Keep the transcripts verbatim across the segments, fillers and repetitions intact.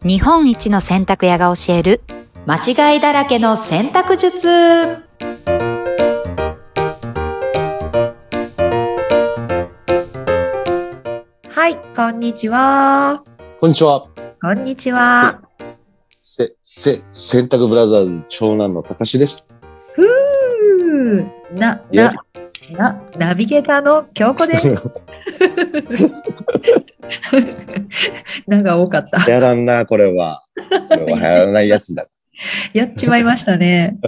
日本一の洗濯屋が教える間違いだらけの洗濯術。はい、こんにちは。 こんにちは。 こんにちは。 せ、せ、洗濯ブラザーズ長男のたかしです。 ふー、な、な、な、ナビゲーターの京子です。なんか多かった。 やらんな、これは。これはやらないやつだ。 やっちまいましたね。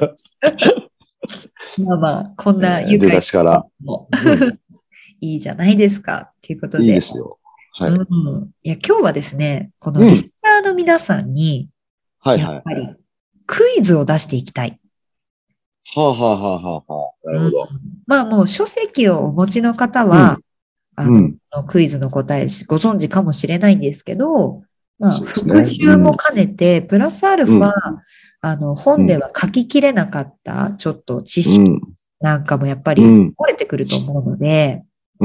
まあまあ、こんな愉快なもいいじゃないですか。ということで。 いいですよ。はい。 うん、いや今日はですね、このリスナーの皆さんに、 うん、 やっぱりクイズを出していきたい。 はあ、はあはあはあはあ、なるほど。 うん、まあもう書籍をお持ちの方は、うん、あの、うん、クイズの答えご存知かもしれないんですけど、まあ、復習も兼ねて、うん、プラスアルファ、うん、あの、本では書ききれなかった、ちょっと知識なんかもやっぱり漏れてくると思うので、 うん、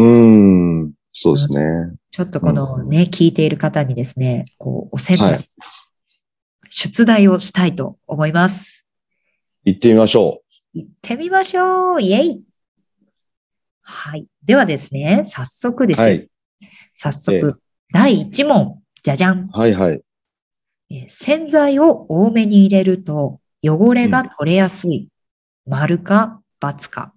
うん、そうですね、うん。 ちょっとこのね、聞いている方にですね、こう、お洗濯、はい、出題をしたいと思います。 行ってみましょう。 行ってみましょう。イェイ。はい。ではですね、早速です。はい、早速、ええ、だいいち問。じゃじゃん。 はいはい。 え洗剤を多めに入れると汚れが取れやすい。うん、丸か×か。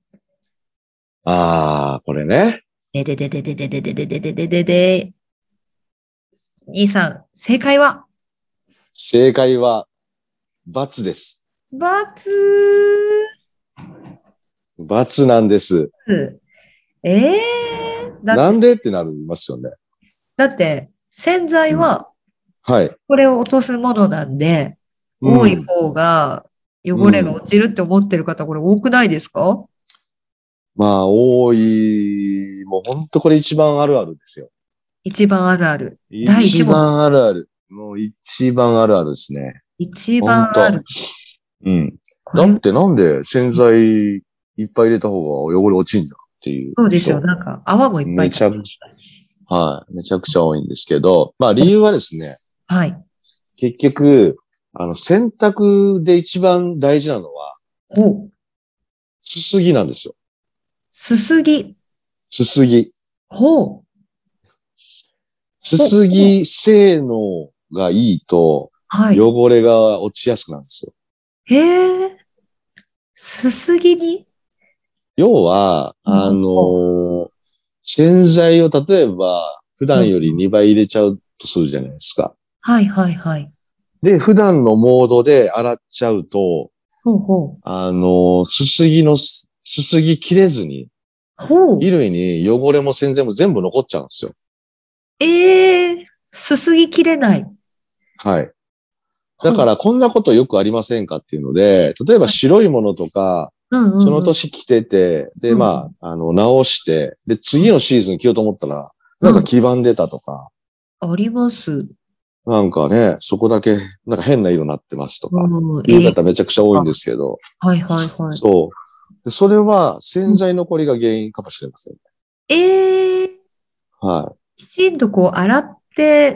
ああ、これね。 でででででででででででででで。兄さん、正解は？ 正解は×です。 ×。 ×なんです。 ええー、 なんでってなりますよね。 だって、洗剤は、 はい。 これを落とすものなんで、うん、多い方が汚れが落ちるって思ってる方、これ多くないですか？うん、 まあ、多い、もう本当これ一番あるあるですよ。 一番あるある。 一番あるある。もう一番あるあるですね。 一番ある。 うん。だってなんで洗剤いっぱい入れた方が汚れ落ちんじゃんっていう。 そうですよ。なんか泡もいっぱい。 めちゃくちゃ、はい。めちゃくちゃ多いんですけど、まあ理由はですね。 はい。 結局、あの、洗濯で一番大事なのは、 ほう。 すすぎなんですよ。 すすぎ。 すすぎ。 ほう。 すすぎ性能がいいと、汚れが落ちやすくなるんですよ。 へえ。すすぎに？ 要は、あのー、洗剤を例えば、普段よりにばい入れちゃうとするじゃないですか。 はいはいはい。 で、普段のモードで洗っちゃうと、 ほうほう。 あのー、すすぎの、すすぎ切れずに、 ほう。 衣類に汚れも洗剤も全部残っちゃうんですよ。 ええー、すすぎ切れない。 はい。だからこんなことよくありませんかっていうので、例えば白いものとか、その年着てて、で、まあ、あの、直して、で、次のシーズン着ようと思ったら、なんか黄ばんでたとか。 あります。 なんかね、そこだけ、なんか変な色になってますとか、いう方めちゃくちゃ多いんですけど。 はいはいはい。 そう。でそれは洗剤残りが原因かもしれません。 ええー。 はい。 きちんとこう洗って、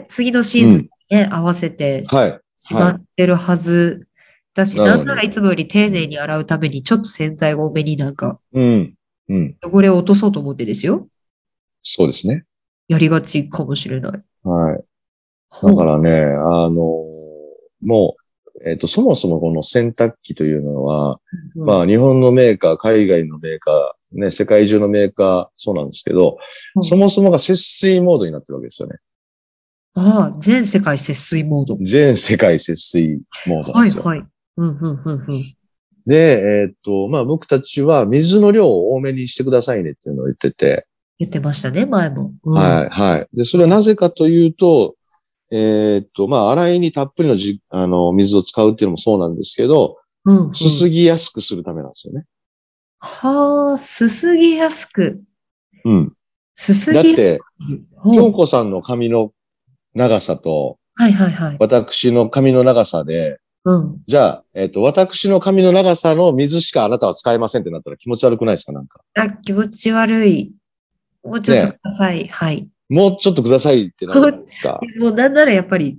次のシーズンにね、うん、合わせて、はい。しまってるはず。だし、なんならいつもより丁寧に洗うために、ちょっと洗剤多めになんか、 うん。うん。 汚れを落とそうと思ってですよ。 そうですね。 やりがちかもしれない。 はい。だからね、あの、もう、えっと、そもそもこの洗濯機というのは、うん、まあ、日本のメーカー、海外のメーカー、ね、世界中のメーカー、そうなんですけど、うん、そもそもが節水モードになってるわけですよね。 ああ、全世界節水モード。 全世界節水モードなんですよ。 はいはい。うんうんうんうん、 で、えー、っと、まあ僕たちは水の量を多めにしてくださいねっていうのを言ってて。 言ってましたね、前も。 うん、はいはい。で、それはなぜかというと、えー、っと、まあ洗いにたっぷりのじあの水を使うっていうのもそうなんですけど、うんうん、すすぎやすくするためなんですよね。 はあ、すすぎやすく。 うん。 すすぎやすく。 だって、京子さんの髪の長さと、 はいはいはい。 私の髪の長さで、 うん。 じゃあ、えっと、私の髪の長さの水しかあなたは使えませんってなったら気持ち悪くないですかなんか。 あ、気持ち悪い。もうちょっとください。ね、はい。 もうちょっとくださいってなるじゃないですか。 もうなんならやっぱり、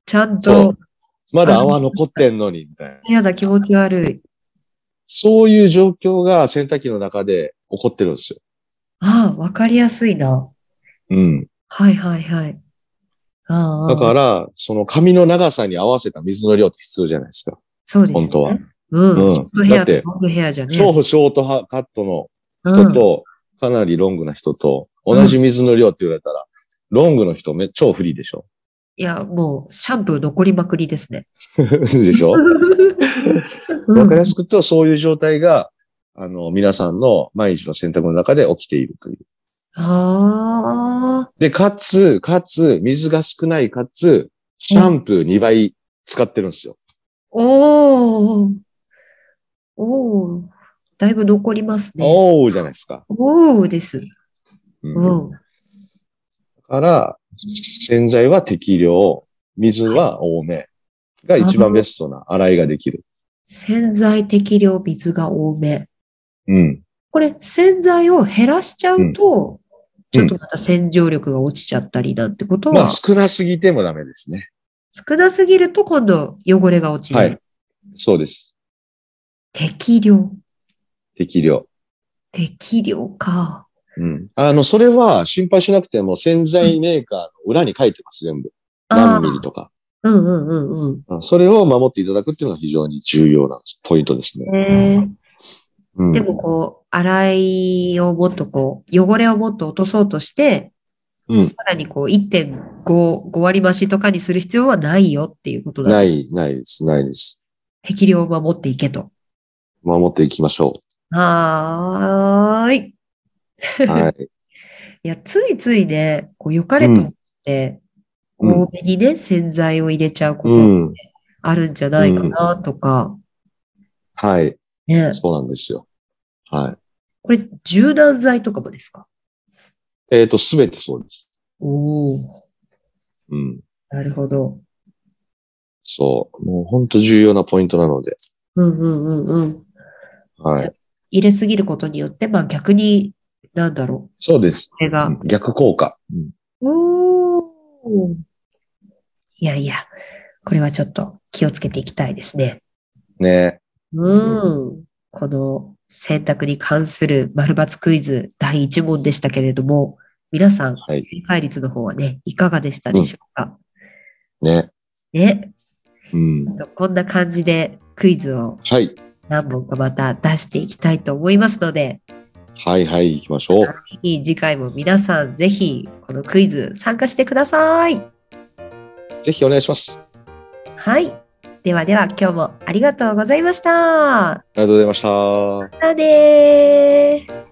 ちゃんそうと、 まだ泡残ってんのに、みたいな。 やだ、気持ち悪い。 そういう状況が洗濯機の中で起こってるんですよ。 ああ、わかりやすいな。 うん。 はいはいはい。ああ、 だああから、その髪の長さに合わせた水の量って必要じゃないですか。 そうです本当は。 よね。うん。ショーうん。 トヘアとだって、 ロングヘアじゃね。 超ショートカットのうん。 人と、かなりロングな人と、同じうん。 水の量って言われたら、ロングの人め超不利でしょ。 いや、もう、シャンプー残りまくりですね。 でしょ。わかりやうん。 すく言うと、そういう状態が、あの、皆さんの毎日の選択の中で起きているという。 ああ、 で、かつ、かつ、水が少ないかつ、シャうん。 ンプーにばい使ってるんですよ。 おー、おー、だいぶ残りますね。 おーじゃないですか。 おーです。 うん。だうん。 から、洗剤は適量、水はい。 は多めがあ一番ベーストな洗いができる。 洗剤適量、水が多め。 うん。 これ、洗剤を減らしちゃうん。 うと、ちょっとうん。 また洗浄力が落ちちゃったりなんてことまあ、 は、 少なすぎてもダメですね。 少なすぎると今度汚れが落ちない。 はい。そうです。 適量。 適量。 適量か。 うん。あの、それは心配しなくても洗剤メーカーの裏に書いてます、全部。何ミリああ、 とか。 うんうんうんうんそれを守っていただくっていうのが非常に重要なポイントですね。 うん。えーでうん。 もこう、洗いをもっとこう、汚れをもっと落とそうとして、 うん。 さらにこういってんご、ご割増しとかにする必要はないよっていうことなんです。 ない、ないです、ないです。 適量を守っていけと。 守っていきましょはーい。 う。はい。 いや、ついついね、こう良かうん。 れと思って、 うん。 多めにね、洗剤を入れちゃうことってうん。 あるんじゃうないかん。 なとか、 はい。 ね。 そうなんですよ。はこれ、柔軟剤とかもですか？ い。えっと、すべてそうです。 おお、 うん。 なるほど。 そう。もう本当重要なポイントなので。 うんうんうんうん。じゃあ、 はい。 入れすぎることによって、まあ逆に、なんだろう。 そうです。 これが、 うん逆効果。うん。 おお、いやいや、これはちょっと気をつけていきたいですね。 ね。うん。 うん。この選択に関する丸抜クイズだいいち問でしたけれども、皆さん、 はい。 正解率の方はね、いかがでしたでうん。 しょうか？ ね。 ね。 うん。 こんな感じでクイズをはい。 何本かまた出していきたいと思いますので、 はいはい、行きましょう。 次回も皆さんぜひこのクイズ参加してください。 ぜひお願いします。 はい。ではでは今日もありがとうございました。 ありがとうございました。 またねー。